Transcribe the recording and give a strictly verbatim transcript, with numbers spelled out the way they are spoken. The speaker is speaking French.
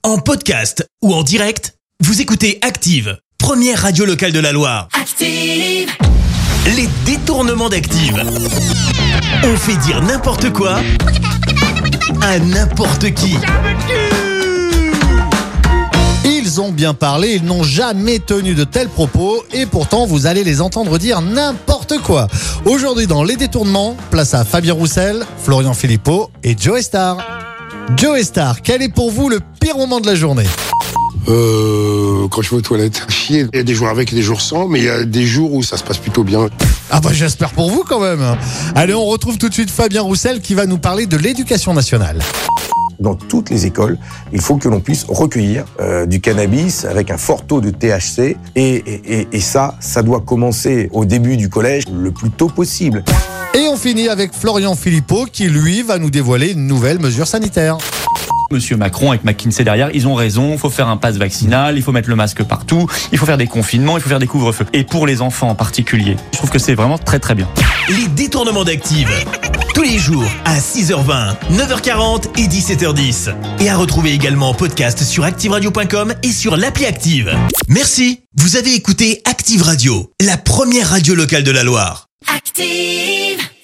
En podcast ou en direct, vous écoutez Active, première radio locale de la Loire. Active! Les détournements d'Active. On fait dire n'importe quoi à n'importe qui. Ils ont bien parlé, ils n'ont jamais tenu de tels propos et pourtant vous allez les entendre dire n'importe quoi. Aujourd'hui dans Les Détournements, place à Fabien Roussel, Florian Philippot et Joey Star. Joey Star, quel est pour vous le pire moment de la journée ? Euh, quand je vais aux toilettes, chier. Il y a des jours avec et des jours sans, mais il y a des jours où ça se passe plutôt bien. Ah bah j'espère pour vous quand même. Allez, on retrouve tout de suite Fabien Roussel qui va nous parler de l'éducation nationale. Dans toutes les écoles, il faut que l'on puisse recueillir euh, du cannabis avec un fort taux de T H C. Et, et, et, et ça, ça doit commencer au début du collège le plus tôt possible. Et on finit avec Florian Philippot qui, lui, va nous dévoiler une nouvelle mesure sanitaire. Monsieur Macron avec McKinsey derrière, ils ont raison, il faut faire un pass vaccinal, il faut mettre le masque partout, il faut faire des confinements, il faut faire des couvre-feux. Et pour les enfants en particulier, je trouve que c'est vraiment très très bien. Les détournements d'Active, tous les jours à six heures vingt, neuf heures quarante et dix-sept heures dix. Et à retrouver également en podcast sur active radio point com et sur l'appli Active. Merci, vous avez écouté Active Radio, la première radio locale de la Loire. Active!